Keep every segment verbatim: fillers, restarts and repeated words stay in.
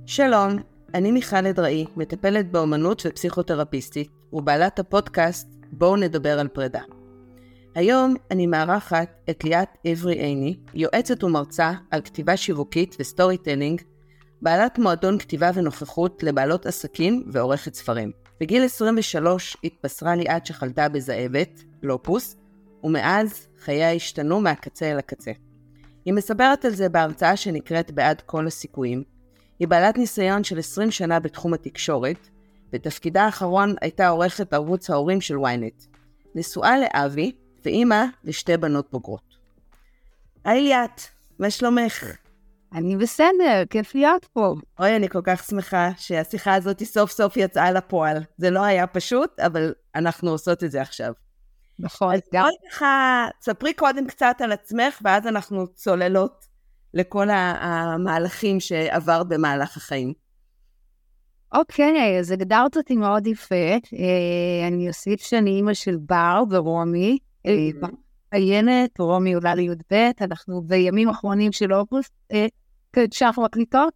שלום, אני מיכל אדראי, מטפלת באומנות ופסיכותרפיסטית, ובעלת הפודקאסט בואו נדבר על פרידה. היום אני מארחת את ליאת עברי עיני, יועצת ומרצה על כתיבה שיווקית וסטורי טלינג, בעלת מועדון כתיבה ונוכחות לבעלות עסקים ועורכת ספרים. בגיל עשרים ושלוש התבשרה ליאת שחלתה בזאבת, לופוס, ומאז חייה השתנו מהקצה אל הקצה. היא מספרת על זה בהרצאה שנקראת בעד כל הסיכויים. היא בעלת ניסיון של עשרים שנה בתחום התקשורת, בתפקידה האחרון הייתה עורכת ערוץ ההורים של וויינט. נשואה לאבי ואימא לשתי בנות בוגרות. היי ליאת, מה שלומך? אני בסדר, כיף להיות פה. אוי, אני כל כך שמחה שהשיחה הזאת סוף סוף יצאה לפועל. זה לא היה פשוט, אבל אנחנו עושות את זה עכשיו. נכון. אז בואי ככה, ספרי קודם קצת על עצמך, ואז אנחנו צוללות לכל המהלכים שעברת במהלך החיים. אוקיי, אז הגדרת אותי מאוד יפה. אני אוסיף שאני אימא של בר ורומי. עיינת, רומי עולה לי"ב, אנחנו בימים האחרונים של אוגוסט, כשאנחנו מקליטות,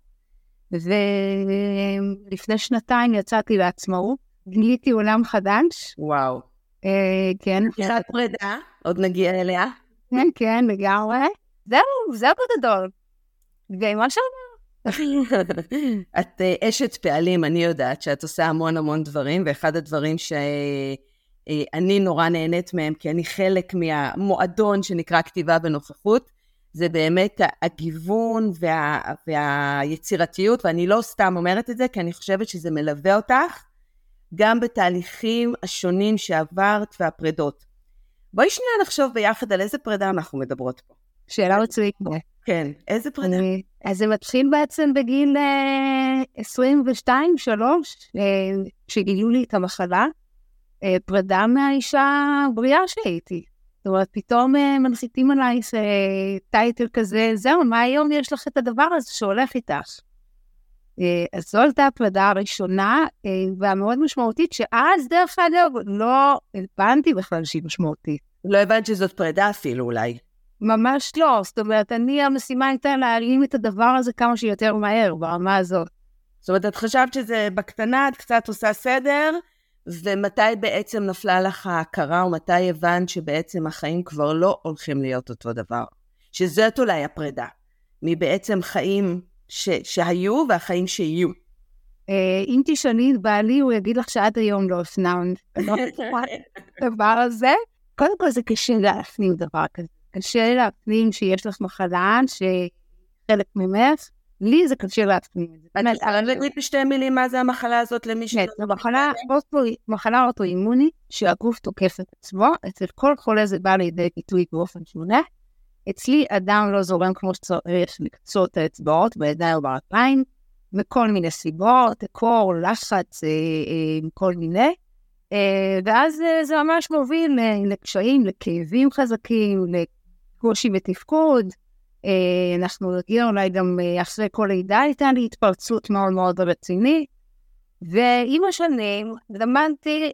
ולפני שנתיים יצאתי לעצמאות, גיליתי עולם חדש. וואו. כן. קצת פרידה, עוד נגיע אליה. כן, כן, לגמרי. זהו, זהו בגדול. ומה שאומר? את אשת פעלים, אני יודעת שאת עושה המון המון דברים, ואחד הדברים שאני נורא נהנית מהם, כי אני חלק מהמועדון שנקרא כתיבה ונוכחות, זה באמת הגיוון וה, והיצירתיות, ואני לא סתם אומרת את זה, כי אני חושבת שזה מלווה אותך, גם בתהליכים השונים שעברת והפרידות. בואי שנייה נחשוב ביחד על איזה פרידה אנחנו מדברות פה. שאלה רצוית. כן, איזה פרידה? אז זה מתחיל בעצם בגיל עשרים ושתיים שלוש, כשגילו לי את המחלה, פרידה מהאישה הבריאה שהייתי. זאת אומרת, פתאום מנחיתים עליי טייטל כזה, זהו, מה היום יש לך את הדבר הזה שהולך איתך? אז זו הייתה הפרידה הראשונה, והמאוד משמעותית, שאז דרך אגב לא הבנתי בכלל שהיא משמעותית. לא הבנת שזאת פרידה אפילו אולי. ממש לא, זאת אומרת, אני המשימה הייתה להרים את הדבר הזה כמה שיותר מהר, ברמה הזאת. זאת אומרת, את חשבת שזה בקטנה, את קצת עושה סדר, ומתי בעצם נפלה לך ההכרה, או מתי הבנת שבעצם החיים כבר לא הולכים להיות אותו דבר? שזאת אולי הפרידה, מבעצם חיים ש- שהיו והחיים שיהיו. אם תשאלי את בעלי, הוא יגיד לך שעד היום לא הפנם דבר הזה. קודם כל זה קשה להפנים דבר כזה. קשה להפנים שיש לך מחלה, שחלק ממך, לי זה קשה להפנים את זה. את יכולה להגיד בשתי מילים מה זה המחלה הזאת למי שלא? זו מחלה אוטואימונית, שהגוף תוקף את עצמו, אצל כל חולה זה בא לידי ביטוי באופן שונה. אצלי אדם לא זורם כמו שצריך לקצות האצבעות בידיים וברגליים, מכל מיני סיבות, קור, לחץ, כל מיני. ואז זה ממש מוביל לקשיים, לכאבים חזקים, לקושי בתפקוד. אנחנו נגיע אולי גם אחרי כל לידה הייתה לי התפרצות מאוד מאוד רצינית, ועם השנים למדתי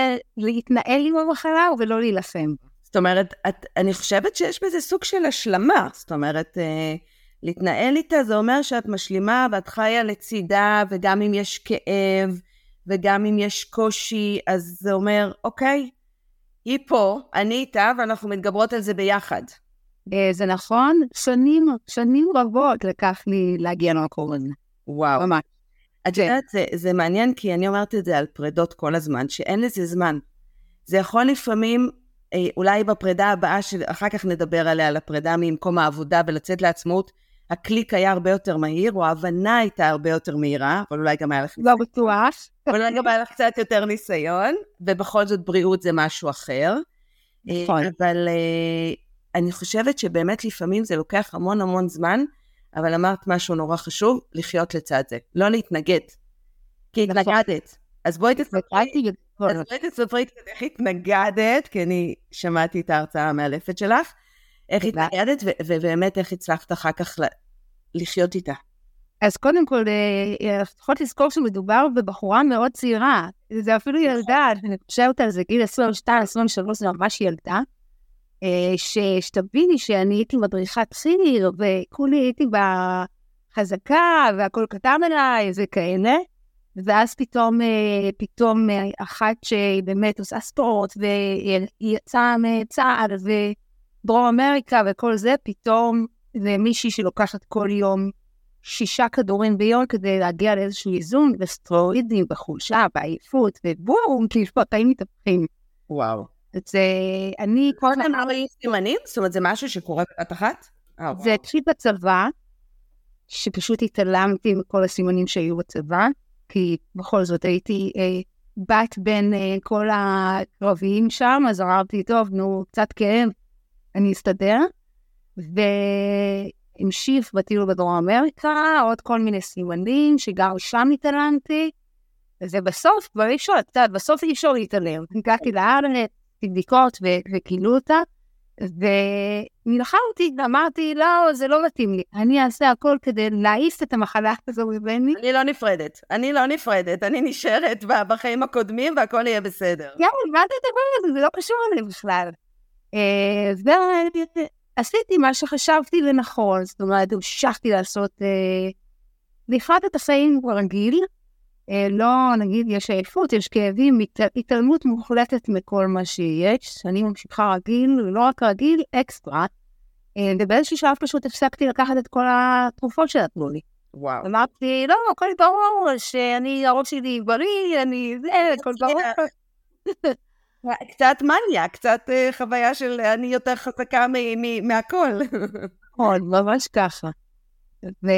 להתנהל עם המחלה ולא להילחם. זאת אומרת, את, אני חושבת שיש בזה סוג של השלמה, זאת אומרת, להתנהל איתה זה אומר שאת משלימה ואת חיה לצידה, וגם אם יש כאב, וגם אם יש קושי, אז זה אומר, אוקיי, היא פה, אני איתה, ואנחנו מתגברות על זה ביחד. זה נכון, שנים, שנים רבות לקח לי להגיע למקום הזה. וואו. ממש. את יודעת, זה, זה מעניין, כי אני אומרת את זה על פרידות כל הזמן, שאין לזה זמן. זה יכול לפעמים, אולי בפרידה הבאה, שאחר כך נדבר עליה, על הפרידה ממקום העבודה ולצאת לעצמאות, הקליק היה הרבה יותר מהיר, או ההבנה הייתה הרבה יותר מהירה, אבל אולי גם היה לך... לא בטוח. אבל אולי גם היה לך קצת יותר ניסיון, ובכל זאת בריאות זה משהו אחר. נכון. אבל אני חושבת שבאמת לפעמים זה לוקח המון המון זמן, אבל אמרת משהו נורא חשוב, לחיות לצד זה. לא להתנגד. כי התנגדת. אז בואי תספרי, אז בואי תספרי קצת איך התנגדת, כי אני שמעתי את ההרצאה המאלפת שלך, איך התנגדת, ובאמת איך הצלחת אחר כך לחיות איתה. אז קודם כל, לפחות לזכור שמדובר בבחורה מאוד צעירה, זה אפילו ילדה, אני חושבת על זה, גיל עשרים ושתיים עשרים ושלוש, זה ממש ילדה, שתביני שאני הייתי מדריכת צעיר, וכולי הייתי חזקה, והכל קטן עליי, וכאלה. ואז פתאום, פתאום אחת שהיא באמת עושה ספורט, והיא יצאה מצעד, ודרום אמריקה וכל זה, פתאום זה מישהי שלוקחת כל יום שישה כדורים ביום, כדי להגיע לאיזשהו איזון, וסטרואידים, בחולשה, בעייפות, ובום, כאילו פתאים מתהפכים. וואו. אז אני... כל הזמן לא ראיתי סימנים? זאת אומרת, זה משהו שקורה בבת אחת? זה התחיל בצבא, שפשוט התעלמתי מכל הסימנים שהיו בצבא, כי בכל זאת הייתי אה, בת בין אה, כל הקרביים שם, אז אמרתי, טוב, נו, קצת כאב, אני אסתדר, והמשיך בטיול בדרום אמריקה, עוד כל מיני סימנים, שגם שם התעלמתי, וזה בסוף, כבר אי אפשר, בסוף אי אפשר להתעלם. הגעתי לארץ, בדיקות וקילו אותה, ונלחמתי, ואמרתי, לא, זה לא מתאים לי. אני אעשה הכל כדי להעיף את המחלה הזו מבני. אני לא נפרדת, אני לא נפרדת, אני נשארת בחיים הקודמים, והכל יהיה בסדר. כן, מה אתה דבר? זה לא קשור לי בכלל. ועשיתי מה שחשבתי לנכון, זאת אומרת, המשכתי לעשות, לפרט את החיים רגיל, לא, נגיד, יש עייפות, יש כאבים, התעלמות מוחלטת מכל מה שיש, אני ממשיכה רגיל, לא רק רגיל, אקסטרה, ובאיזשהו שלב פשוט הפסקתי לקחת את כל התרופות שנתנו לי. וואו. אמרתי, לא, הכל ברור, שאני, הראש שלי בריא, אני, זה, הכל ברור. קצת מניה, קצת חוויה של אני יותר חזקה מהכל. נכון, ממש ככה. ו...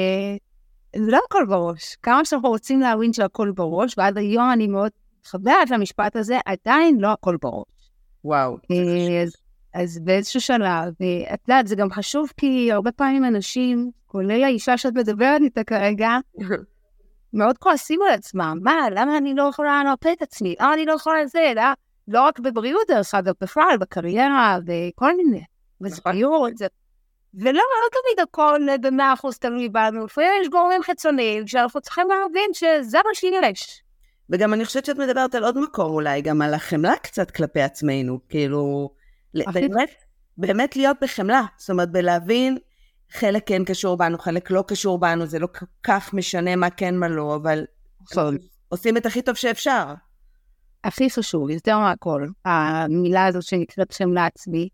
זה לא הכל בראש. כמה שאנחנו רוצים להבין שהכל בראש, ועד היום אני מאוד חווית למשפט הזה, עדיין לא הכל בראש. וואו. אז, אז באיזשהו שלב, ואת יודעת, זה גם חשוב כי הרבה פעמים אנשים, כולל האישה שאת מדברת איתה כרגע, מאוד כועסים על עצמם. מה, למה אני לא יכולה להרפא את עצמי? למה אני לא יכולה לזה? לא, לא רק בבריאות, דרך אגב, בכלל, בקריירה, וכל מיני. בזכויות, זה... ולא, לא תמיד הכל במאה אחוז תלוי בנו, לפעמים יש גורמים חיצוניים, שאנחנו צריכים להבין שזה מה שיש. וגם אני חושבת שאת מדברת על עוד מקום אולי, גם על החמלה קצת כלפי עצמנו, כאילו, באמת, באמת להיות בחמלה, זאת אומרת, בלהבין, חלק כן קשור בנו, חלק לא קשור בנו, זה לא כל כך משנה מה כן מה לא, אבל עושים את הכי טוב שאפשר. הכי חשוב, יותר מהכל, המילה הזאת שנקראת חמלה עצמי,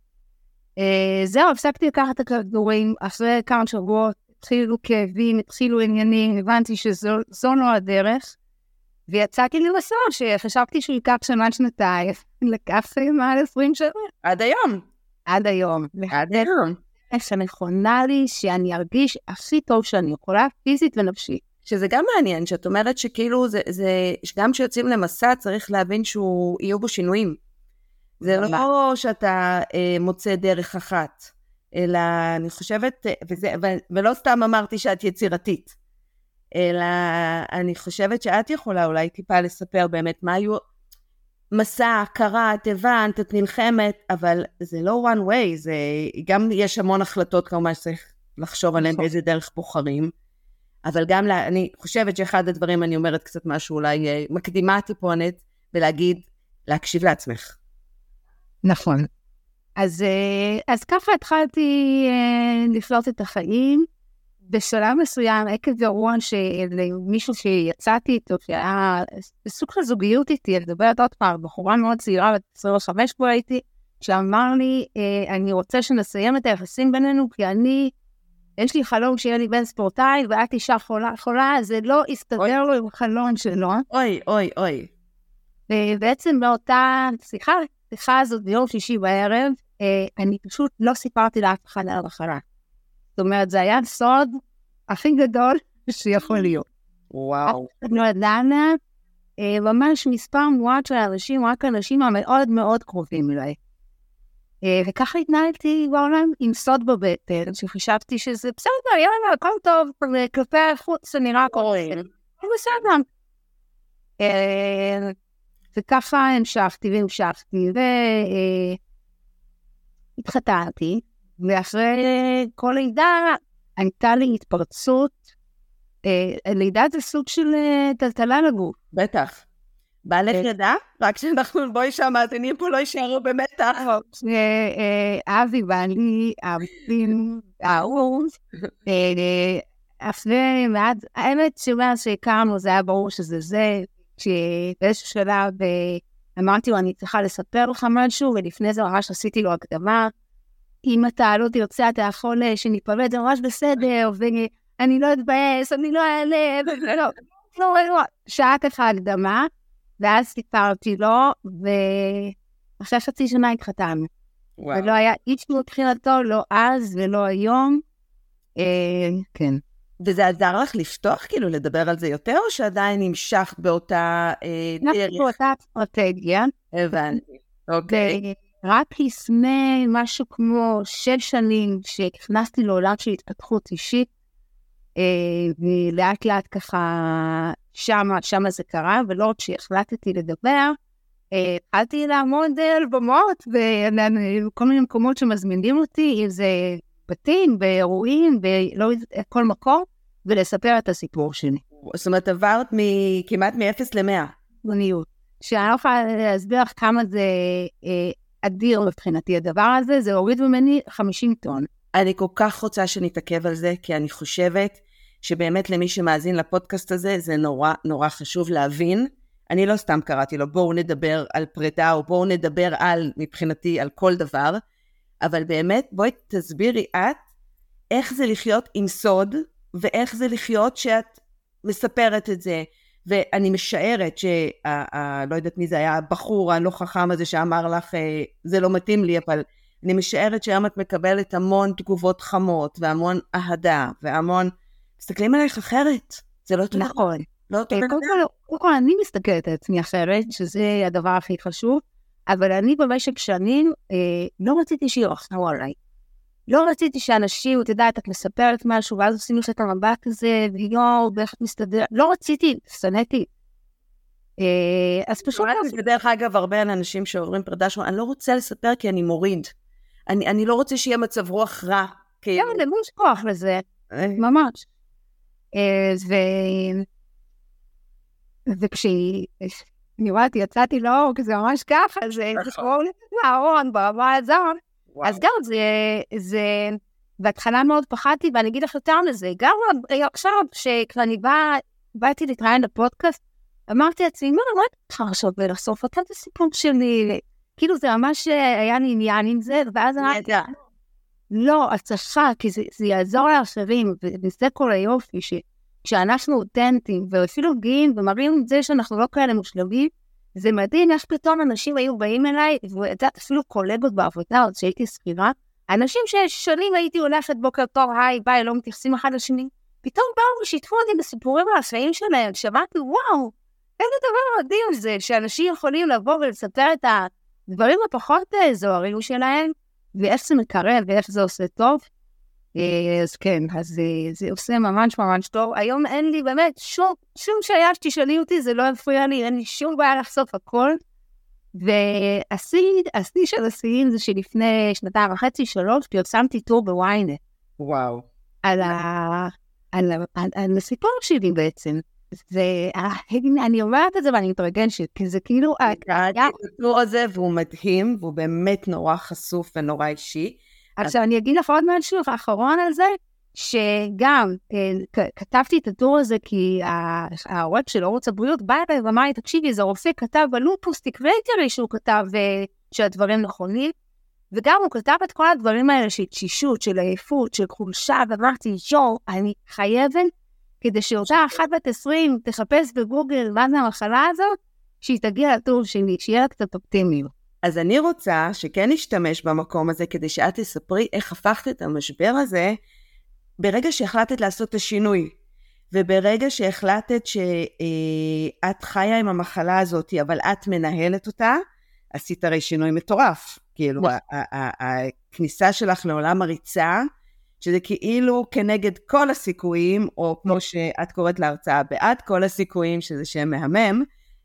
Uh, זהו, הפסקתי לקחת את הכדורים, אחרי כמה שבועות, התחילו כאבים, התחילו עניינים, הבנתי שזו לא הדרך, ויצאתי למסע שחשבתי שהוא ייקח שנה שנתיים, לקח מעל עשרים שנה. עד היום. עד היום. עד היום. שנכונה לי שאני ארגיש הכי טוב שאני יכולה, פיזית ונפשית. שזה גם מעניין, שאת אומרת שכאילו, זה, זה, גם כשיוצאים למסע צריך להבין שהוא יהיו בו שינויים. זה לא שאתה אה, מוצא דרך אחת, אלא אני חושבת, וזה, ו, ולא סתם אמרתי שאת יצירתית, אלא אני חושבת שאת יכולה אולי טיפה לספר באמת מה היו מסע, קראת, הבנת, את נלחמת, אבל זה לא one way, זה, גם יש המון החלטות כמובן שצריך לחשוב עליהן באיזה דרך בוחרים, אבל גם לה, אני חושבת שאחד הדברים אני אומרת קצת משהו אולי מקדימה טיפונת, ולהגיד, להקשיב לעצמך. נכון. אז, אז ככה התחלתי לפלוט את החיים, בשלב מסוים, עקב אירוע שמישהו שיצאתי איתו, שהיה בסוג של זוגיות איתי, אני מדברת עוד פעם, בחורה מאוד צעירה, עשרים וחמש כבר הייתי, שאמר לי, אני רוצה שנסיים את היחסים בינינו, כי אני, יש לי חלום שיהיה לי בן ספורטאי, ואת אישה חולה, חולה, זה לא הסתדר לו עם חלום שלו. אוי, אוי, אוי. ובעצם באותה שיחה, שיחה הזאת ביום שישי בערב, אני פשוט לא סיפרתי לאף אחד על החרה. זאת אומרת, זה היה סוד הכי גדול שיכול להיות. וואו. לא ידענה, ממש מספר מועט של אנשים, רק אנשים המאוד מאוד קרובים אליי. וככה התנהלתי בעולם עם סוד בבטן, שחשבתי שזה בסדר, יאללה, הכל טוב, כלפי החוץ שנראה הכל בסדר. וככה המשכתי והמשכתי, והתחתנתי, ואחרי כל לידה הייתה לי התפרצות, לידה זה סוג של טלטלה לגוף. בטח. בעלך ידע? רק שאנחנו בואי שהמאזינים פה לא יישארו במתח. אבי ואני, האבים, האור, אחרי מעט, האמת שמאז שהכרנו זה היה ברור שזה זה, שבאיזשהו שלב אמרתי לו, אני צריכה לספר לך משהו, ולפני זה ממש עשיתי לו הקדמה, אם אתה לא תרצה, אתה יכול שניפרד, זה ממש בסדר, ואני לא אתבאס, אני לא אעלה, לא, לא, לא, שעה ככה הקדמה, ואז סיפרתי לו, ואחרי חצי שנה התחתנו. ולא היה איש מבחינתו, לא אז ולא היום. כן. וזה עזר לך לפתוח, כאילו, לדבר על זה יותר, או שעדיין המשכת באותה דרך? אנחנו באותה אסטרטגיה. הבנתי, אוקיי. רק לפני משהו כמו שש שנים, שהכנסתי לעולם של התפתחות אישית, ולאט לאט ככה, שמה, שמה זה קרה, ולא רק שהחלטתי לדבר, התחלתי לעמוד על במות, וכל מיני מקומות שמזמינים אותי, אם זה בתים, באירועים, ולא כל מקום, ולספר את הסיפור שלי. זאת אומרת, עברת כמעט מ-אפס ל-מאה. בניות. שאני לא יכולה להסביר לך כמה זה אדיר מבחינתי הדבר הזה, זה הוריד ממני חמישים טון. אני כל כך רוצה שנתעכב על זה, כי אני חושבת שבאמת למי שמאזין לפודקאסט הזה, זה נורא נורא חשוב להבין. אני לא סתם קראתי לו, בואו נדבר על פרידה, או בואו נדבר על, מבחינתי, על כל דבר, אבל באמת, בואי תסבירי את, איך זה לחיות עם סוד, ואיך זה לחיות שאת מספרת את זה, ואני משערת ש... לא יודעת מי זה היה, הבחור הלא חכם הזה שאמר לך, זה לא מתאים לי, אבל אני משערת שהיום את מקבלת המון תגובות חמות, והמון אהדה, והמון... מסתכלים עליך אחרת, זה לא טוב. נכון. לא טוב. קודם כל, אני מסתכלת על עצמי אחרת, שזה הדבר הכי חשוב, אבל אני במשך שנים לא רציתי שירחמו עליי. לא רציתי שאנשים, אתה יודע, את מספרת משהו, ואז עושים לך את המבט הזה, ויור, ואיך את מסתדר, לא רציתי, שנאתי. אז פשוט... בדרך אגב, הרבה אנשים שעוברים פרידה שלו, אני לא רוצה לספר כי אני מוריד. אני, אני לא רוצה שיהיה מצב רוח רע. כאילו. לא, למוש כוח לזה, ממש. ו... וכשהיא... אני אומרת, יצאתי לאור, כי זה ממש ככה, זה כמו לארון, ברמה הזון. אז גם זה, זה, בהתחלה מאוד פחדתי, ואני אגיד לך יותר לזה, גם עכשיו, כשאני באה, באתי להתראיין לפודקאסט, אמרתי לעצמי, מה, מה אני צריכה עכשיו ולחשוף אותה את הסיפור שלי? כאילו זה ממש היה לי עניין עם זה, ואז אמרתי, לא, את צריכה, כי זה, זה יעזור לאחרים, וזה כל היופי, שכשאנחנו אותנטיים, ואפילו גאים, ומראים את זה שאנחנו לא כאלה מושלמים, זה מדהים, איך פתאום אנשים היו באים אליי, ואת אפילו קולגות בעבודה, עוד שהייתי סחירה, אנשים ששנים הייתי הולכת בוקר טוב, היי, ביי, לא מתייחסים אחד לשני, פתאום באו ושיתפו אותי בסיפורים על החיים שלהם, שמעתי, וואו, איזה דבר מדהים זה, שאנשים יכולים לבוא ולספר את הדברים הפחות זוהרים שלהם, ואיך זה מקרב, ואיך זה עושה טוב. אז כן, אז זה, זה עושה ממש ממש טוב. היום אין לי באמת שום, שום שהיה שתשאלי אותי, זה לא יפריע לי, אין לי שום בעיה לחשוף הכל. והשיא, השיא של השיאים זה שלפני שנתיים וחצי, שלוש, פרסמתי טור בוויינט. וואו. על ה... על, על, על הסיפור שלי בעצם. זה, אני אומרת את זה ואני מתרגשת, כי זה כאילו... הטור הזה והוא מדהים, והוא באמת נורא חשוף ונורא אישי. עכשיו אני אגיד לך עוד משהו האחרון על זה, שגם כתבתי את הטור הזה, כי העורך של ערוץ הבריאות בא אליי ואמר לי, תקשיבי, זה רופא כתב בלופוס, תקראי תראי שהוא כתב שהדברים נכונים, וגם הוא כתב את כל הדברים האלה של תשישות, של עייפות, של חולשה, ואמרתי, יו, אני חייבת, כדי שאותה אחת בת עשרים תחפש בגוגל מה זה המחלה הזאת, שהיא תגיע לטור שלי, שיהיה לה קצת אופטימיות. אז אני רוצה שכן נשתמש במקום הזה, כדי שאת תספרי איך הפכת את המשבר הזה, ברגע שהחלטת לעשות את השינוי, וברגע שהחלטת שאת חיה עם המחלה הזאת, אבל את מנהלת אותה, עשית הרי שינוי מטורף. כאילו, הכניסה שלך לעולם הריצה, שזה כאילו כנגד כל הסיכויים, או כמו שאת קוראת להרצאה, בעד כל הסיכויים, שזה שם מהמם.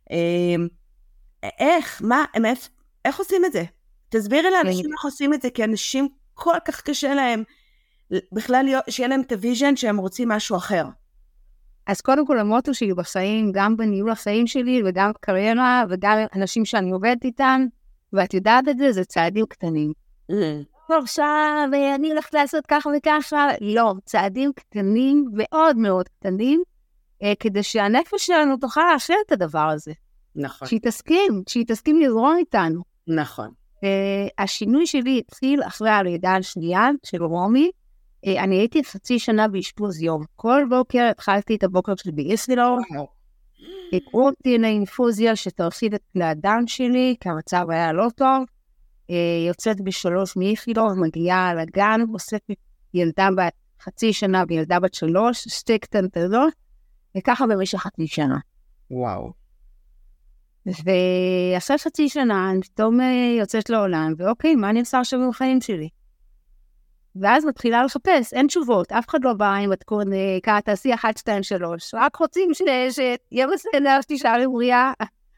איך, מה, איך, איך עושים את זה? תסבירי לאנשים איך עושים את זה, כי אנשים כל כך קשה להם, בכלל שיהיה להם את הוויז'ן שהם רוצים משהו אחר. אז קודם כל המוטו שלי בחיים, גם בניהול החיים שלי, וגם בקריירה, וגם אנשים שאני עובדת איתם, ואת יודעת את זה, זה צעדים קטנים. עכשיו, ואני הולכת לעשות ככה וככה. לא, צעדים קטנים מאוד מאוד קטנים, כדי שהנפש שלנו תוכל לאשר את הדבר הזה. נכון. שהיא תסכים, שהיא תסכים לזרום איתנו. נכון. השינוי שלי התחיל אחרי הלידה השנייה של רומי. אני הייתי חצי שנה באשפוז יום. כל בוקר התחלתי את הבוקר שלי באיסטילור. הקרו אותי לאינפוזיה שתרחיב את הדם שלי, כי המצב היה לא טוב. יוצאת בשלוש מאיכילוב, מגיעה לגן, אוספת ילדה בת חצי שנה וילדה בת שלוש, שתי קטנטנות, וככה במשך חצי שנה. וואו. ואחרי חצי שנה, אני פתאום יוצאת לעולם, ואוקיי, מה אני עושה עכשיו בחיים שלי? ואז מתחילה לחפש, אין תשובות, אף אחד לא בא עם מתכון, ככה תעשי אחת, שתיים, שלוש, רק רוצים שיהיה בסדר, שתישאר בריאה.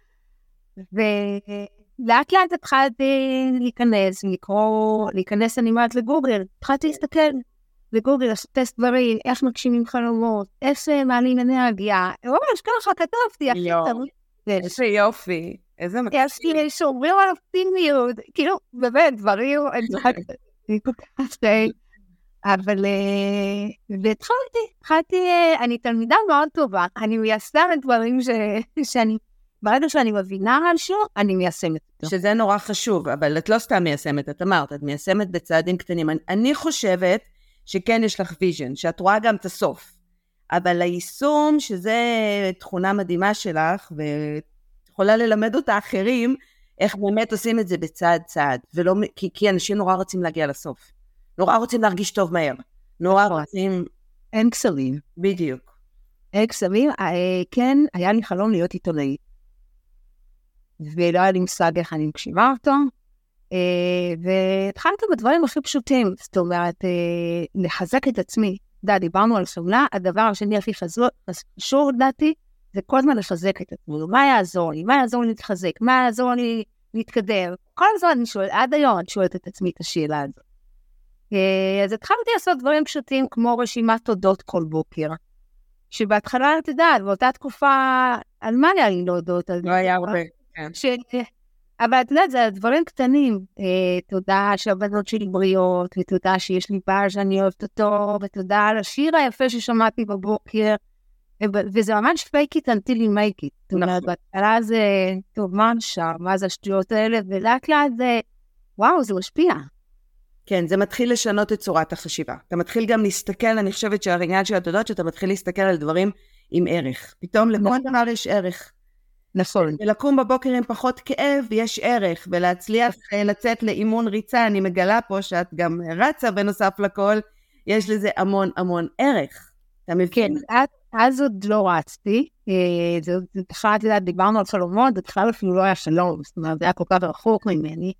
ולאט לאט התחלתי להיכנס, לקרוא, להיכנס אני אומרת לגוגל, התחלתי להסתכל לגוגל, לעשות טסט דברים, איך מגשימים חלומות, איך מעלים אנרגיה, ממש ככה כתבתי. איזה יופי, איזה מקשיב. יש לי שומרים על אופטימיות, כאילו, באמת, דברים, אני כל כך שתי, אבל, והתחלתי, התחלתי, אני תלמידה מאוד טובה, אני מיישמת דברים שאני, ברגע שאני מבינה משהו, אני מיישמת אותו. שזה נורא חשוב, אבל את לא סתם מיישמת, את אמרת, את מיישמת בצעדים קטנים. אני, אני חושבת שכן יש לך ויז'ן, שאת רואה גם את הסוף. אבל היישום, שזה תכונה מדהימה שלך, ויכולה ללמד אותה אחרים, איך באמת עושים את זה בצעד צעד, ולא, כי, כי אנשים נורא רוצים להגיע לסוף. נורא רוצים להרגיש טוב מהר. נורא רוצים... אין קסמים. בדיוק. אין קסמים, כן, היה לי חלום להיות עיתונאי. ולא היה לי מושג איך אני מקשיבה אותו, והתחלתי בדברים הכי פשוטים, זאת אומרת, לחזק את עצמי. דה, דיברנו על סובלה, הדבר השני הכי חשוב, דעתי, זה כל הזמן לחזק את עצמי. מה יעזור לי? מה יעזור לי להתחזק? מה יעזור לי להתקדם? כל הזמן אני שואלת, עד היום אני שואלת את עצמי את השאלה הזאת. אז התחלתי לעשות דברים פשוטים, כמו רשימת תודות כל בוקר. שבהתחלה, אתה יודע, באותה תקופה, על מה היה לי להודות? לא היה הרבה, כן. אבל אתה יודע, זה דברים קטנים. תודה שהבנות שלי בריאות, ותודה שיש לי בעל שאני אוהבת אותו, ותודה על השיר היפה ששמעתי בבוקר, וזה ממש fake it until you make it. זאת אומרת, בהתחלה זה, טוב, מה נשאר? מה זה השטויות האלה? ולאט לאט זה, וואו, זה משפיע. כן, זה מתחיל לשנות את צורת החשיבה. אתה מתחיל גם להסתכל, אני חושבת שהעניין של התודות, שאתה מתחיל להסתכל על דברים עם ערך. פתאום לכל דבר יש ערך. נכון. ולקום בבוקר עם פחות כאב, יש ערך, ולהצליח לצאת לאימון ריצה, אני מגלה פה שאת גם רצה בנוסף לכל, יש לזה המון המון ערך. אתה מבין? כן, אז עוד לא רצתי, זה בכלל, אתה יודע, דיברנו על חלומות, זה בכלל אפילו לא היה שלום, זאת אומרת, זה היה כל כך רחוק ממני,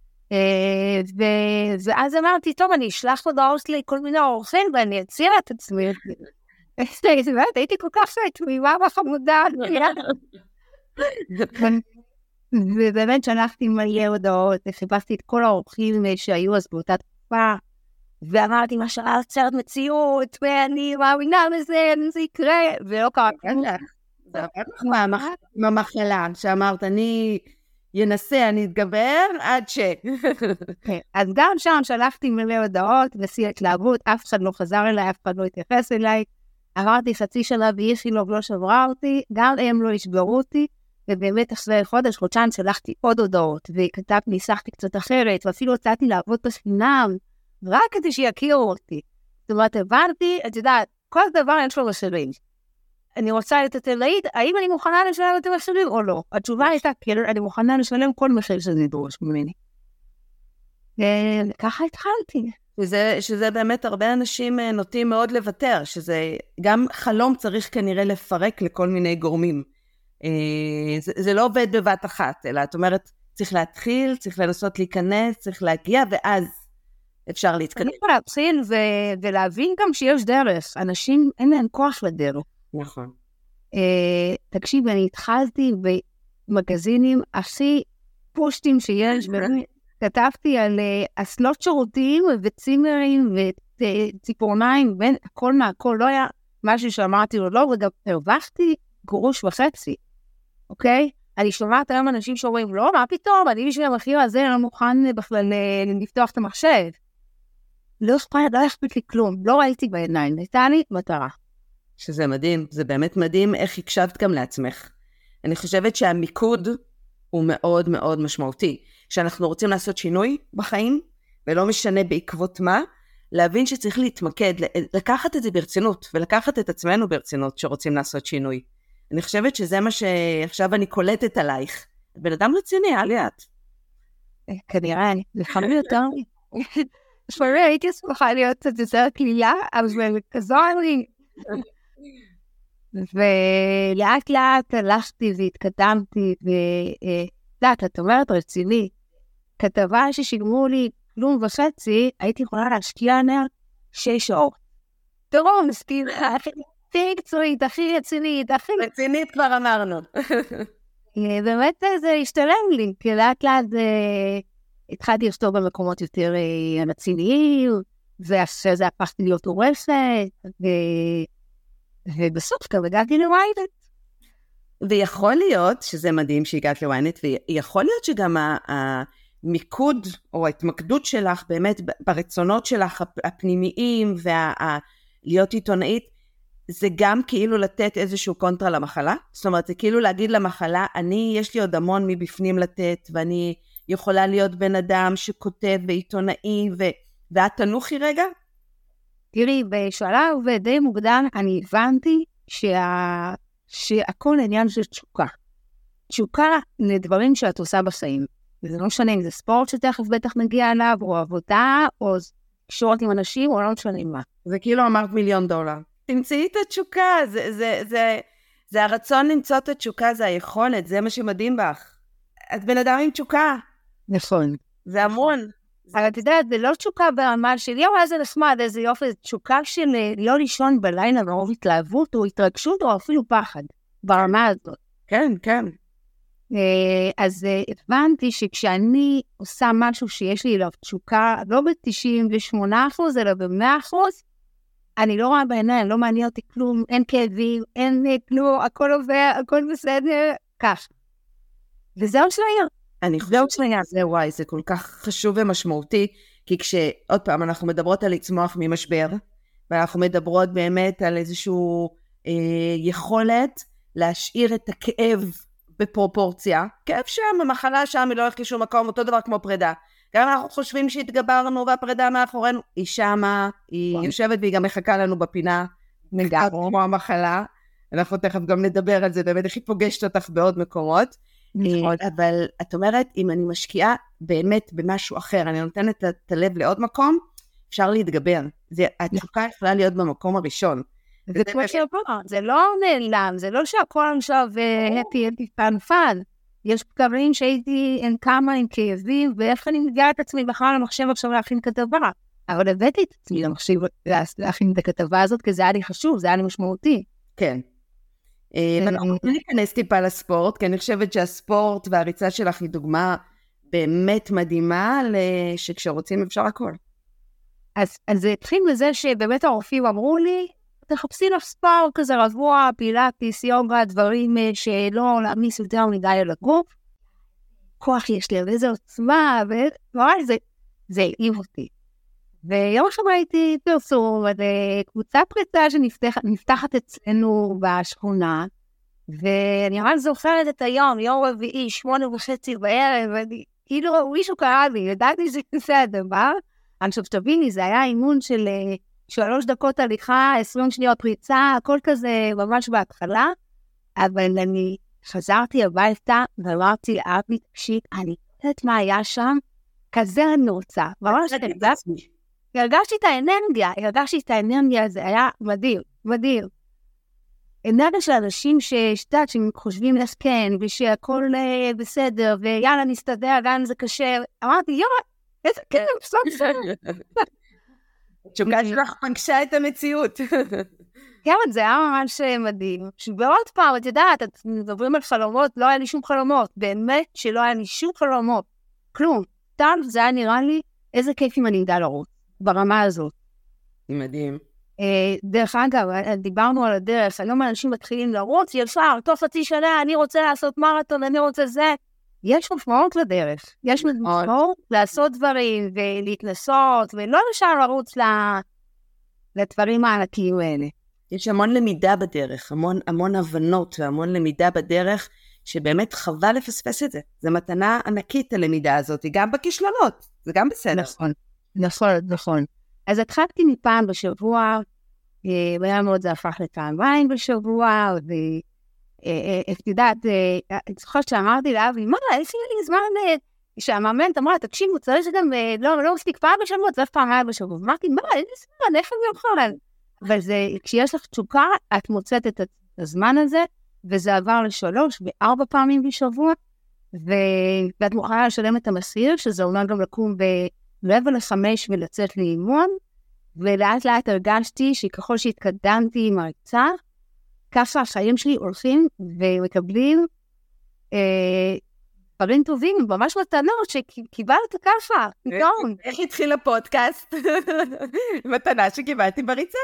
ואז אמרתי, טוב, אני אשלח הודעות לי כל מיני אורחים, ואני אציע את עצמי, הייתי כל כך תמימה וחמודה, ובאמת שלחתי מלא הודעות, חיפשתי את כל האורחים שהיו אז באותה תקופה, ואמרתי, מה שעה יוצרת מציאות, ואני מאמינה לזה, זה יקרה, ולא קרה. זה עבר לך מהמחלה, שאמרת, אני ינסה, אני אתגבר, עד ש... אז גם שם שלחתי מלא הודעות, בשיא התלהבות, אף אחד לא חזר אליי, אף אחד לא התייחס אליי, אמרתי חצי שנה באיכילוב לא שברה אותי, גם הם לא ישברו אותי, ובאמת אחרי חודש, חודשיים שלחתי עוד הודעות, וכתבתי, ניסחתי קצת אחרת, ואפילו הוצאתי לעבוד בחינם, רק כדי שיכירו אותי. זאת אומרת, הבנתי, את יודעת, כל דבר יש לו מחירים. אני רוצה להיות עיתונאית, האם אני מוכנה לשלם את המחירים או לא? התשובה הייתה, כן, אני מוכנה לשלם כל מחיר שזה דרוש ממני. וככה התחלתי. שזה, שזה באמת הרבה אנשים נוטים מאוד לוותר, שזה גם חלום צריך כנראה לפרק לכל מיני גורמים. זה, זה לא עובד בבת אחת, אלא את אומרת, צריך להתחיל, צריך לנסות להיכנס, צריך להגיע, ואז אפשר להתקדם. אני יכולה להתחיל ו- ולהבין גם שיש דרך. אנשים, אין להם כוח לדרך. נכון. Uh, תקשיב, אני התחלתי במגזינים הכי פושטים שיש, כתבתי על uh, אסלות שירותים וצימרים וציפורניים, בין הכל מהכל, לא היה משהו שאמרתי לו לא, וגם הרווחתי גרוש וחצי, אוקיי? אני שומעת היום אנשים שאומרים, לא, מה פתאום, אני בשביל המחיר הזה לא מוכן בכלל לפתוח את המחשב. לא אכפת, לא אכפת לי כלום, לא ראיתי בעיניים, הייתה לי מטרה. שזה מדהים, זה באמת מדהים איך הקשבת גם לעצמך. אני חושבת שהמיקוד הוא מאוד מאוד משמעותי. כשאנחנו רוצים לעשות שינוי בחיים, ולא משנה בעקבות מה, להבין שצריך להתמקד, לקחת את זה ברצינות, ולקחת את עצמנו ברצינות שרוצים לעשות שינוי. אני חושבת שזה מה שעכשיו אני קולטת עלייך. בן אדם רציני, עליית. כנראה, אני לפעמים יותר לי. לפעמים הייתי שמחה להיות קצת יותר כלילה, אבל זה כזו לי. ולאט לאט הלכתי והתקדמתי, ולאט, את אומרת רציני, כתבה ששילמו לי כלום וחצי, הייתי יכולה להשקיע עליה שש שעות. תראו, מסתירה, הכי קצועית, הכי רצינית, הכי... רצינית כבר אמרנו. באמת זה השתלם לי, כי לאט לאט התחלתי לכתוב במקומות יותר רציניים, ואחרי זה הפכתי להיות עורכת, ובסוף גם הגעתי לוויינט. ויכול להיות, שזה מדהים שהגעת לוויינט, ויכול להיות שגם המיקוד או ההתמקדות שלך באמת ברצונות שלך הפנימיים, ולהיות עיתונאית, זה גם כאילו לתת איזשהו קונטרה למחלה. זאת אומרת, זה כאילו להגיד למחלה, אני, יש לי עוד המון מבפנים לתת, ואני יכולה להיות בן אדם שכותב ועיתונאי, ו... ואת תנוחי רגע? תראי, בשלב די מוקדם, אני הבנתי שה... שהכל עניין של תשוקה. תשוקה לדברים שאת עושה בחיים. וזה לא משנה אם זה ספורט שתכף בטח נגיע אליו, או עבודה, או קשורות עם אנשים, או לא משנה מה. זה כאילו אמרת מיליון דולר. תמצאי את התשוקה, זה, זה, זה, זה הרצון למצוא את התשוקה, זה היכולת, זה מה שמדהים בך. את בן אדם עם תשוקה. נכון. זה המון. אבל את יודעת, זה לא תשוקה ברמה של, יו, איזה נחמד, איזה יופי, זה תשוקה של לא לישון בלילה מרוב התלהבות, או התרגשות, או אפילו פחד, ברמה הזאת. כן, כן. אז הבנתי שכשאני עושה משהו שיש לי אליו תשוקה, לא ב-תשעים ושמונה אחוז, אלא ב-מאה אחוז, אני לא רואה בעיניים, לא מעניין אותי כלום, אין כאבים, אין כלום, הכל עובר, הכל בסדר, כך. וזהו שלייר. אני חושבת שזה וואי, זה כל כך חשוב ומשמעותי, כי כשעוד פעם אנחנו מדברות על לצמוח ממשבר, ואנחנו מדברות באמת על איזשהו אה, יכולת להשאיר את הכאב בפרופורציה, כאב שם, המחלה שם, היא לא הולכת לשום מקום, אותו דבר כמו פרידה. גם אנחנו חושבים שהתגברנו והפרידה מאחורינו, היא שמה, היא יושבת והיא גם מחכה לנו בפינה, נגע כמו המחלה, אנחנו תכף גם נדבר על זה, באמת איך היא פוגשת אותך בעוד מקומות, אבל את אומרת, אם אני משקיעה באמת במשהו אחר, אני נותנת את הלב לעוד מקום, אפשר להתגבר, התשוקה יכולה להיות במקום הראשון. זה כמו שאומר, זה לא נעלם, זה לא שהכל עכשיו הפי הפי פן פן, יש פקרים שהייתי אין כמה עם כאבים, ואיך אני מגיעה את עצמי בכלל למחשב עכשיו להכין כתבה. אבל הבאתי את עצמי למחשב להכין את הכתבה הזאת, כי זה היה לי חשוב, זה היה לי משמעותי. כן. ואנחנו ניכנס טיפה לספורט, כי אני חושבת שהספורט והריצה שלך היא דוגמה באמת מדהימה, שכשרוצים אפשר הכל. אז זה התחיל בזה שבאמת הרופאים אמרו לי, תחפשי לך ספורט כזה רבוע, פילאטיס, יוגה, דברים שלא להעמיס יותר מדי על הגוף. כוח יש לי, ואיזה עוצמה, וממש זה, זה העיב אותי. ויום אחד ראיתי פרסום, קבוצת פריצה שנפתחת אצלנו בשכונה, ואני ממש זוכרת את היום, יום רביעי, שמונה וחצי בערב, ואני, כאילו מישהו קרא לי, ידעתי שזה בסדר, מה? אני חושב שתביני, זה היה אימון של שלוש דקות הליכה, עשרים שניות פריצה, הכל כזה ממש בהתחלה, אבל אני חזרתי הביתה, ואמרתי לאבי, תקשיב, אני יודעת מה היה שם, כזה אני רוצה, ממש הרגשתי, הרגשתי את האנרגיה, הרגשתי את האנרגיה, זה היה מדהים, מדהים. אנרגיה של אנשים ששתת, שחושבים איך כן, ושהכל בסדר, ויאללה נסתדר, גם זה קשה, אמרתי, יואו, איזה כן, בסדר. תשוקה שלך פגשה את המציאות. כן, זה היה ממש מדהים. שבעוד פעם, את יודעת, את מדברים על חלומות, לא היה לי שום חלומות, באמת שלא היה לי שום חלומות, כלום. טל, זה היה נראה לי, איזה כיף אם אני אדע לרוץ, ברמה הזאת. מדהים. דרך אגב, דיברנו על הדרך, היום אנשים מתחילים לרוץ, ישר, תוך חצי שנה, אני רוצה לעשות מרתון, אני רוצה זה, יש משמעות לדרך, יש משמעות לעשות דברים ולהתנסות, ולא ישר לרוץ לדברים הענקיים האלה. יש המון למידה בדרך, המון, המון הבנות והמון למידה בדרך, שבאמת חבל לפספס את זה. זו מתנה ענקית הלמידה הזאת, גם בכישלונות, זה גם בסדר. נכון, נכון, נכון. אז התחלתי מפעם בשבוע, והיה מאוד זה הפך לפעמיים בשבוע, ואת יודעת, אני זוכרת שאמרתי לאבי, מה, יש לי זמן, שהמאמנת אמרה, תקשיבו, צריך גם, לא מספיק פעם בשבוע, צריך פעמיים בשבוע. אמרתי, מה, אין לי זמן, איך אני אוכל? אבל זה, כשיש לך תשוקה, את מוצאת את הזמן הזה, וזה עבר לשלוש וארבע פעמים בשבוע, ואת מוכנה לשלם את המסיר, שזה אומר גם לקום ברבע לחמש ולצאת לאימון, ולאט לאט הרגשתי שככל שהתקדמתי עם ההרצאה, ככה החיים שלי הולכים ומקבלים אה, דברים טובים, ממש מתנות שקיבלת ככה, פתאום. איך התחיל הפודקאסט? מתנה שקיבלתי בריצה.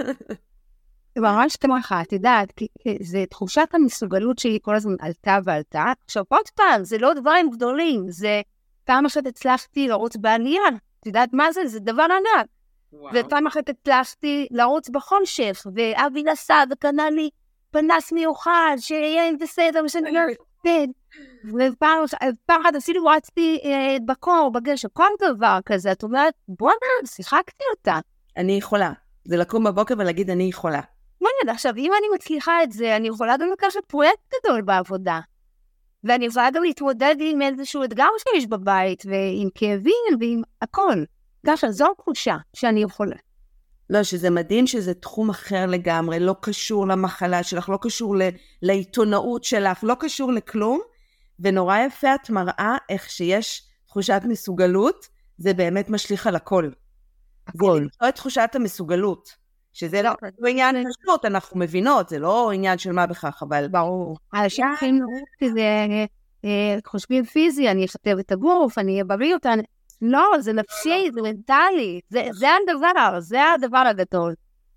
ממש כמוך, את יודעת, זה תחושת המסוגלות שלי כל הזמן עלתה ועלתה. עכשיו, עוד פעם, זה לא דברים גדולים, זה פעם אחת הצלחתי לרוץ בעלייה. את יודעת מה זה? זה דבר ענק. ופעם אחת הצלחתי לרוץ בחושך, ואבי נסע וקנה לי פנס מיוחד, שיהיה בסדר, ושאני לא אסתד. ופעם אחת אפילו רצתי בקור, בגשר, כל דבר כזה. את אומרת, בוא נע, שיחקתי אותה. אני יכולה. זה לקום בבוקר ולהגיד, אני יכולה. מעניין, עכשיו, אם אני מצליחה את זה, אני יכולה גם לקחת פרויקט גדול בעבודה. ואני יכולה גם להתמודד עם איזשהו אתגר שיש בבית, ועם כאבים, ועם הכל. ככה, זו תחושה שאני יכולה. לא, שזה מדהים שזה תחום אחר לגמרי, לא קשור למחלה שלך, לא קשור ל- לעיתונאות שלך, לא קשור לכלום, ונורא יפה את מראה איך שיש תחושת מסוגלות, זה באמת משליך על הכל. הכל. זה לא את תחושת המסוגלות. שזה לא, לא עניין פשוט, אנחנו מבינות, זה לא עניין של מה בכך, אבל ברור. אנשים צריכים לראות שזה חושבים פיזי, אני אכתב את הגוף, אני אהיה בריא אותן. לא, זה נפשי, זה מנטלי, זה הדבר, זה הדבר הגדול.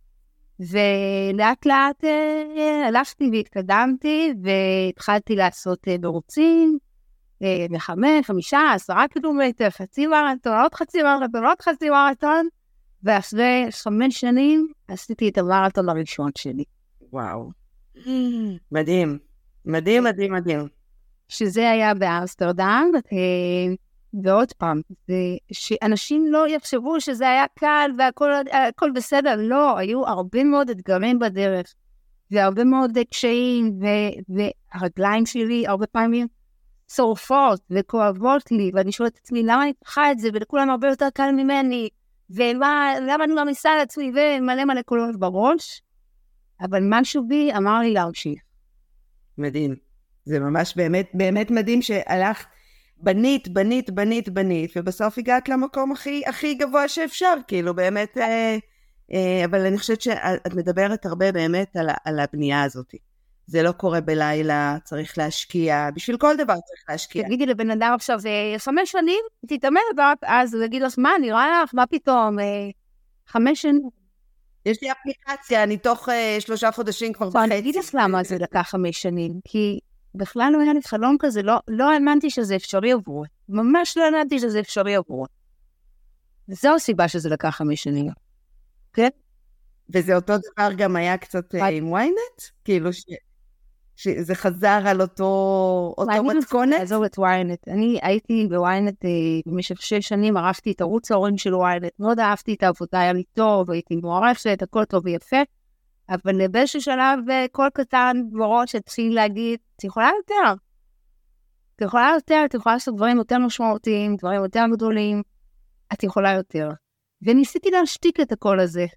ולאט לאט הלכתי והתקדמתי, והתחלתי לעשות ברוצים, מחמש, חמישה, עשרה קילומטר, חצי מרתון, עוד חצי מרתון, עוד חצי מרתון, ואחרי חמש שנים עשיתי את המרתון הראשון שלי. וואו. מדהים. מדהים, מדהים, מדהים. שזה היה באמסטרדם, ועוד פעם, שאנשים לא יחשבו שזה היה קל והכל בסדר. לא, היו הרבה מאוד אתגרים בדרך, והרבה מאוד קשיים, והרגליים שלי הרבה פעמים צורפות וכואבות לי, ואני שואלת את עצמי, למה אני צריכה את זה, ולכולם הרבה יותר קל ממני, ולמה אני מעמיסה על עצמי, ומלא מלא קולות בראש, אבל משהו בי אמר לי להמשיך. מדהים. זה ממש באמת, באמת מדהים שהלכת, בנית, בנית, בנית, בנית, ובסוף הגעת למקום הכי, הכי גבוה שאפשר, כאילו באמת, אה, אה, אבל אני חושבת שאת מדברת הרבה באמת על, על הבנייה הזאת. זה לא קורה בלילה, צריך להשקיע, בשביל כל דבר צריך להשקיע. תגידי לבן אדם עכשיו, חמש שנים, תתאמן רק, אז הוא יגיד לך, מה, נראה לך, מה פתאום, חמש שנים. יש לי אפליקציה, אני תוך שלושה חודשים כבר בחצי. אני אגיד לך למה זה לקח חמש שנים, כי בכלל לא היה לי חלום כזה, לא, לא האמנתי שזה אפשרי עבור, ממש לא האמנתי שזה אפשרי עבור. וזו הסיבה שזה לקח חמש שנים. כן? וזה אותו דבר גם היה קצת עם וויינט? כאילו ש... שזה חזר על אותו, אותו מתכונת? לעזור את וויינט. אני הייתי בוויינט במשך שש שנים, ערכתי את ערוץ ההורים של וויינט, מאוד אהבתי את העבודה, היה לי טוב, הייתי מוערכת, הכל טוב ויפה, אבל באיזשהו שלב כל קטן בראש התחיל להגיד, את יכולה יותר. את יכולה יותר, את יכולה לעשות דברים יותר משמעותיים, דברים יותר גדולים, את יכולה יותר. וניסיתי להשתיק את הכל הזה.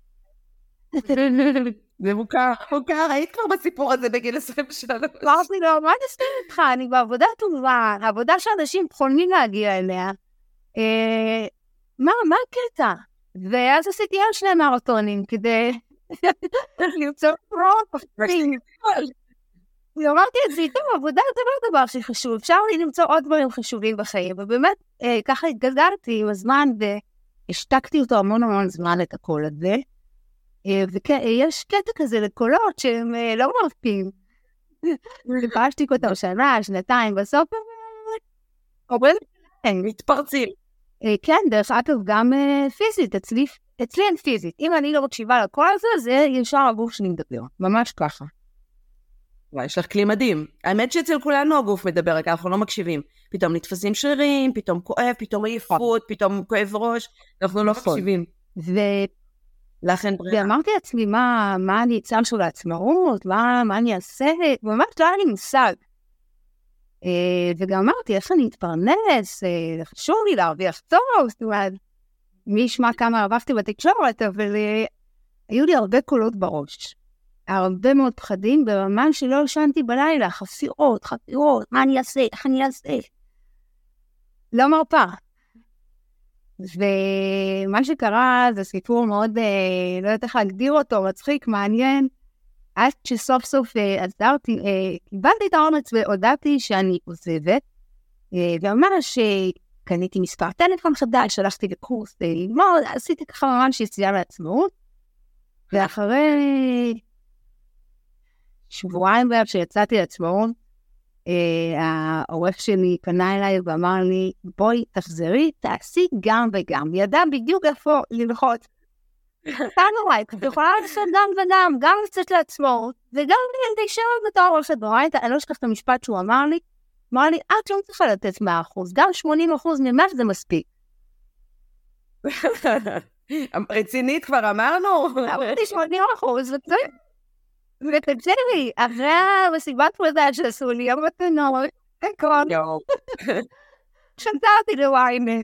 זה מוכר, מוכר, היית כבר בסיפור הזה בגיל עשרים ושלוש. אמרתי לו, מה נסתיר איתך? אני בעבודה טובה, העבודה שאנשים חולמים להגיע אליה. מה, מה הקטע? ואז עשיתי על שני מרתונים כדי למצוא פרוק. אמרתי את זה, טוב, עבודה זה לא דבר שחשוב, אפשר לי למצוא עוד דברים חשובים בחיים, ובאמת ככה התגלגלתי עם הזמן, והשתקתי אותו המון המון זמן את הקול הזה, ויש קטע כזה לקולות שהם לא מרפים. פגשתי אותם שנה, שנתיים, בסוף עובד? מתפרצים. כן, דרך אגב, גם פיזית, אצלי, אצלי אין פיזית. אם אני לא מקשיבה לכל הזה, זה ישר הגוף שלי מדבר. ממש ככה. וואי, יש לך כלי מדהים. האמת שאצל כולנו הגוף מדבר, רק אנחנו לא מקשיבים. פתאום נתפסים שרירים, פתאום כואב, פתאום עייפות, פתאום כואב ראש, אנחנו לא מקשיבים. ו... לכן ברירה. ואמרתי לעצמי, מה, מה אני אצל של העצמאות, מה, מה אני אעשה, ממש לא היה לי מושג. וגם אמרתי, איך אני אתפרנס, חשוב לי להרוויח טוב, זאת אומרת, מי ישמע כמה עבדתי בתקשורת, אבל היו לי הרבה קולות בראש. הרבה מאוד פחדים, ברמה שלא ישנתי בלילה, חפירות, חפירות, מה אני אעשה, איך אני אעשה. לא מרפא. ומה שקרה זה סיפור מאוד, לא יודעת איך להגדיר אותו, מצחיק, מעניין, עד שסוף סוף עזרתי, קיבלתי את האומץ והודעתי שאני עוזבת, וממש קניתי מספר טלפון חדש, שלחתי לקורס, ללמוד, עשיתי ככה ממש יציאה לעצמאות, ואחרי שבועיים בעצם שיצאתי לעצמאות, העורך שלי פנה אליי ואמר לי, בואי תחזרי, תעשי גם וגם, ידע בדיוק איפה ללחוץ. תנו רייק, את יכולה לעשות גם וגם, גם לצאת לעצמאות, וגם להישאר בתור עורכת בבית. אני לא אשכח את המשפט שהוא אמר לי, אמר לי, את לא צריכה לתת מאה אחוז, גם שמונים אחוז ממש זה מספיק. רצינית כבר אמרנו? אמרתי שמונים אחוז, ותצא לי, אחרי המסיבת פרידה שעשו לי, אמרתי נורא, הכל. שתרתי לוויינט.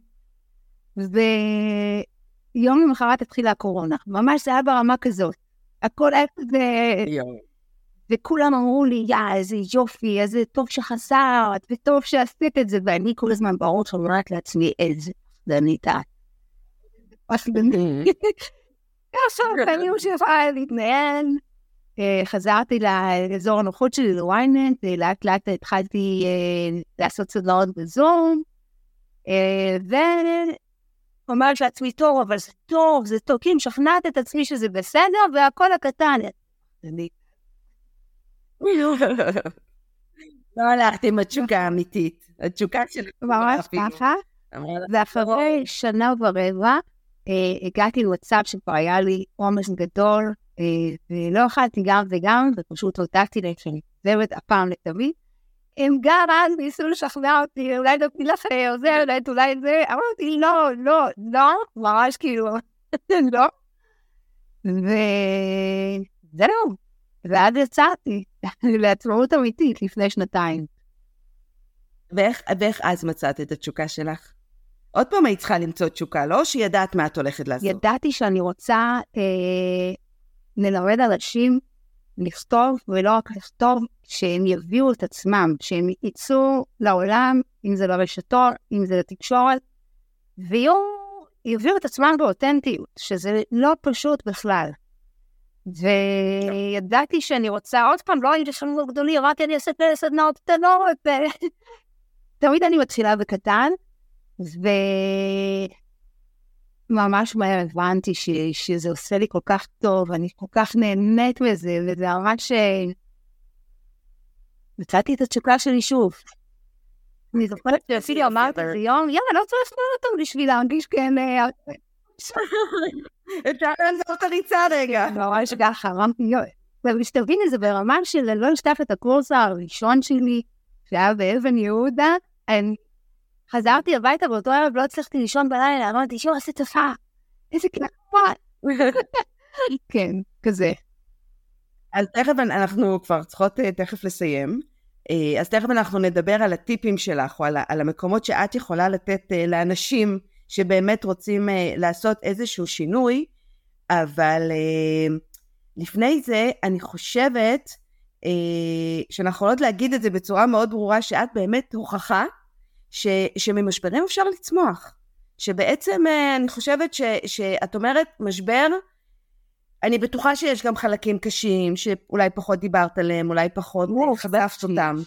ויום למחרת התחילה הקורונה, ממש זה היה ברמה כזאת. הכל היה כזה, וכולם אמרו לי, יא, איזה יופי, איזה טוב שחזרת, וטוב שעשית את זה, ואני כל הזמן בראש אומרת לעצמי, איזה פחדנית את. פחדנית. עכשיו, אני משאפה להתנהל, חזרתי לאזור הנוחות שלי, לוויינט, לאט לאט התחלתי לעשות סדנאות בזום, ואומרת לעצמי, טוב, אבל זה טוב, זה טוב, כי משכנעת את עצמי שזה בסדר, והכל הקטן. לא הלכתי עם התשוקה האמיתית, התשוקה של... ממש ככה, ואחרי שנה ורבע, הגעתי למצב שכבר היה לי עומס גדול, ולא אכלתי גם וגם, ופשוט הודעתי להם שאני עוזבת הפעם לתמיד. הם גם אז ניסו לשכנע אותי, אולי נתתי לך עוזרת, אולי זה, אמרתי, לא, לא, לא, ממש כאילו, לא. וזהו, ואז יצאתי לעצמאות אמיתית לפני שנתיים. ואיך, ואיך אז מצאת את התשוקה שלך? עוד פעם היית צריכה למצוא תשוקה, לא? שידעת מה את הולכת לעשות. ידעתי שאני רוצה אה, ללמד אנשים לכתוב, ולא רק לכתוב, שהם יביאו את עצמם, שהם יצאו לעולם, אם זה לרשתות, אם זה לתקשורת, ויביאו את עצמם באותנטיות, שזה לא פשוט בכלל. וידעתי שאני רוצה, עוד פעם, לא הייתי שלנו גדולי, רק אני אעשה סדנאות קטנות, תמיד אני מתחילה בקטן, וממש מהר הבנתי ש... שזה עושה לי כל כך טוב, אני כל כך נהנית מזה, וזה ממש מצאתי את התשוקה שלי שוב. אני זוכרת שאפילו אמרתי את זה יום, יאללה, לא צריך לספור אותו בשביל להרגיש כן... אפשר לעזור את הריצה רגע. ממש ככה, אמרתי, יואי. ושתבין את זה ברמה של לא לשתף את הקורס הראשון שלי, שהיה באבן יהודה, אני חזרתי הביתה באותו ערב, לא הצלחתי לישון בלילה, אמרתי, שוב, עשית תפה, איזה כנפה. כן, כזה. אז תכף אנחנו כבר צריכות תכף לסיים, אז תכף אנחנו נדבר על הטיפים שלך, או על, על המקומות שאת יכולה לתת לאנשים שבאמת רוצים לעשות איזשהו שינוי, אבל לפני זה אני חושבת שאנחנו יכולות להגיד את זה בצורה מאוד ברורה, שאת באמת הוכחה, ש, שממשברים אפשר לצמוח, שבעצם אני חושבת ש, שאת אומרת משבר, אני בטוחה שיש גם חלקים קשים, שאולי פחות דיברת עליהם, אולי פחות חשפת אותם,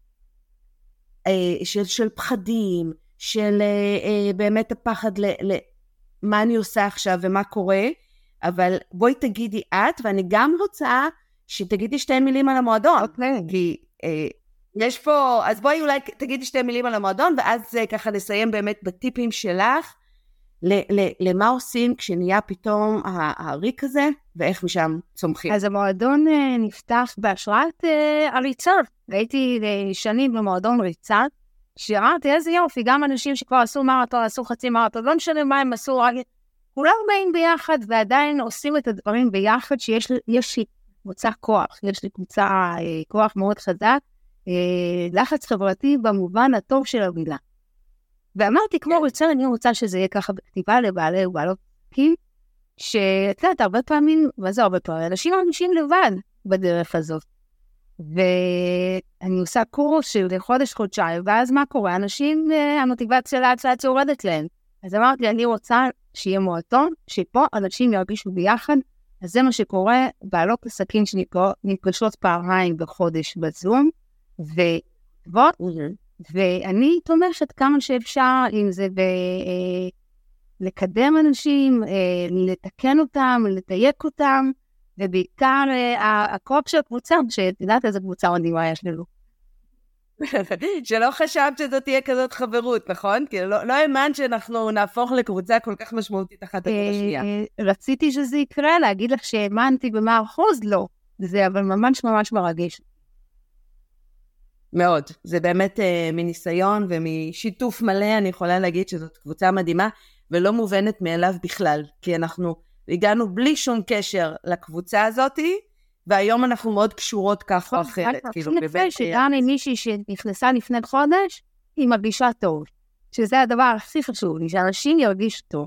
של, של פחדים, של באמת הפחד למה אני עושה עכשיו ומה קורה, אבל בואי תגידי את, ואני גם רוצה שתגידי שתי מילים על המועדון, okay. כי יש פה, אז בואי אולי תגידי שתי מילים על המועדון, ואז ככה נסיים באמת בטיפים שלך, ל- ל- למה עושים כשנהיה פתאום הריק הזה, ואיך משם צומחים. אז המועדון נפתח בהשראת הריצה. הייתי שנים במועדון ריצה, שאמרתי איזה יופי, גם אנשים שכבר עשו מרתון, עשו חצי מרתון, לא משנה מה הם עשו, כולם באים ביחד, ועדיין עושים את הדברים ביחד, שיש לי קבוצה כוח, יש לי קבוצה כוח מאוד חזק, לחץ חברתי במובן הטוב של המילה. ואמרתי, כמו ריצה, אני רוצה שזה יהיה ככה בכתיבה לבעלי ובעלות עסקים, שאתה יודעת, הרבה פעמים, מה זה הרבה פעמים? אנשים מרגישים לבד בדרך הזאת. ואני עושה קורס של חודש, חודשיים, ואז מה קורה? אנשים, המוטיבציה לאט לאט יורדת להם. אז אמרתי, אני רוצה שיהיה מועדון, שפה אנשים ירגישו ביחד, אז זה מה שקורה, בעלות עסקים שנפגשות פעמיים בחודש בזום, ועוד, ואני תומכת כמה שאפשר, אם זה ב... לקדם אנשים, לתקן אותם, לדייק אותם, ובעיקר הכוח של הקבוצה, שתדעת איזה קבוצה מדהימה יש לנו. שלא חשבת שזאת תהיה כזאת חברות, נכון? כי לא, לא האמנת שאנחנו נהפוך לקבוצה כל כך משמעותית אחת על השנייה. רציתי שזה יקרה, להגיד לך שהאמנתי במה אחוז, לא. זה אבל ממש ממש מרגש. מאוד. זה באמת מניסיון ומשיתוף מלא, אני יכולה להגיד שזאת קבוצה מדהימה, ולא מובנת מאליו בכלל, כי אנחנו הגענו בלי שום קשר לקבוצה הזאת, והיום אנחנו מאוד קשורות כך או אחרת. כאילו, בבית שגם עם מישהי שנכנסה לפני חודש, היא מרגישה טוב. שזה הדבר הכי חשוב לי, שאנשים ירגישו טוב.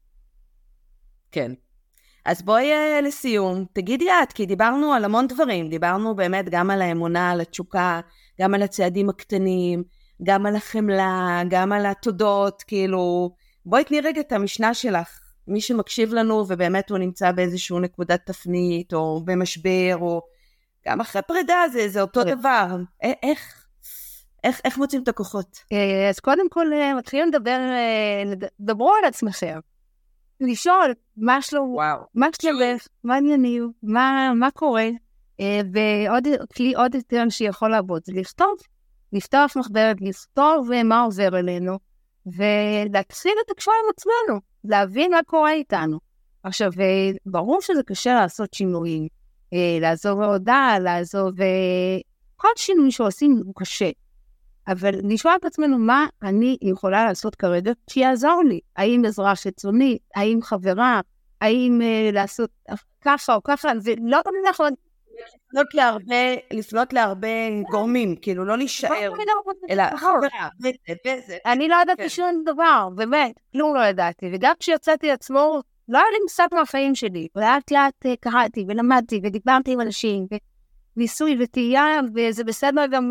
כן. אז בואי לסיום, תגידי את, כי דיברנו על המון דברים, דיברנו באמת גם על האמונה, על התשוקה, גם על הצעדים הקטנים, גם על החמלה, גם על התודות, כאילו, בואי תני רגע את המשנה שלך, מי שמקשיב לנו ובאמת הוא נמצא באיזשהו נקודת תפנית, או במשבר, או גם אחרי פרידה, זה, זה אותו דבר. איך, איך, איך מוצאים את הכוחות? אז קודם כל, מתחילים לדבר, דברו על עצמכם. לשאול מה שלום, מה שלומך, מה עניינים, מה, מה קורה, ועוד כלי עוד יותר שיכול לעבוד, זה לכתוב, לפתוח מחברת, לכתוב מה עובר אלינו, ולהתחיל לתקשר עם עצמנו, להבין מה קורה איתנו. עכשיו, ברור שזה קשה לעשות שינויים, לעזוב העודה, לעזוב, כל שינוי שעושים הוא קשה, אבל נשמע את עצמנו מה אני יכולה לעשות כרגע, שיעזור לי, האם עזרה חיצונית, האם חברה, האם uh, לעשות ככה או ככה, זה לא תמיד נכון. לפנות להרבה, לפנות להרבה גורמים, כאילו לא להישאר, אלא חברה, וזה. אני לא ידעתי שום דבר, באמת, כלום לא ידעתי, וגם כשיצאתי עצמו, לא היה לי מושג מהחיים שלי, לאט לאט קראתי ולמדתי ודיברתי עם אנשים, וניסוי וטעייה, וזה בסדר גם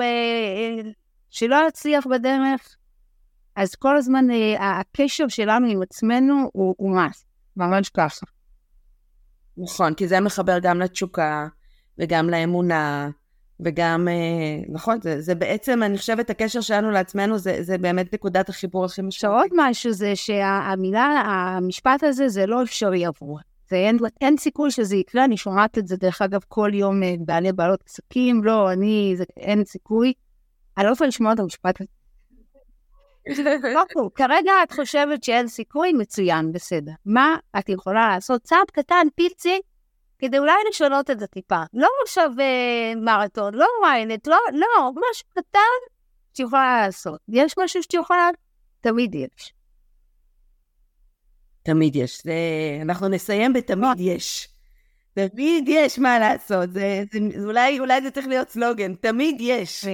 שלא יצליח בדרך, אז כל הזמן הקשר שלנו עם עצמנו הוא מס, ממש ככה. נכון, כי זה מחבר גם לתשוקה, וגם לאמונה, וגם, נכון, זה, זה בעצם, אני חושבת, הקשר שלנו לעצמנו, זה, זה באמת נקודת החיבור הכי משמעותית. שעוד משהו זה שהמילה, המשפט הזה, זה לא אפשרי עבור. זה אין, אין סיכוי שזה יקרה, אני שומעת את זה דרך אגב כל יום בעלי בעלות עסקים, לא, אני, זה, אין סיכוי. אני לא יכולה לשמוע את המשפט הזה. כרגע את חושבת שאין סיכוי, מצוין, בסדר. מה את יכולה לעשות? צעד קטן, פיצי, כדי אולי לשנות את זה טיפה. לא עכשיו מרתון, לא ריינט, לא, לא, משהו קטן שיכולה לעשות. יש משהו שיכולה? תמיד יש. תמיד יש. זה, אנחנו נסיים בתמיד יש. תמיד יש מה לעשות. זה, זה, אולי, אולי זה צריך להיות סלוגן. תמיד יש.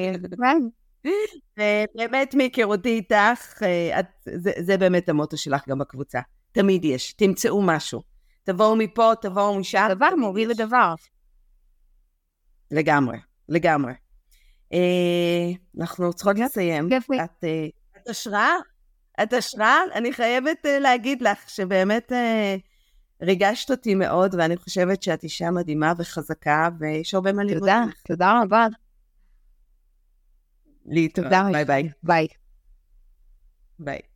ובאמת מהיכרותי איתך, את, זה, זה באמת המוטו שלך גם בקבוצה. תמיד יש. תמצאו משהו. תבואו מפה, תבואו משם. דבר מוביל לדבר. לגמרי, לגמרי. אה, אנחנו צריכות לסיים. את, אה, את השראה, את השראה, אני חייבת אה, להגיד לך שבאמת אה, ריגשת אותי מאוד, ואני חושבת שאת אישה מדהימה וחזקה, ויש הרבה מה ללמוד. תודה, תודה רבה. להתראות, ביי ביי. ביי. ביי.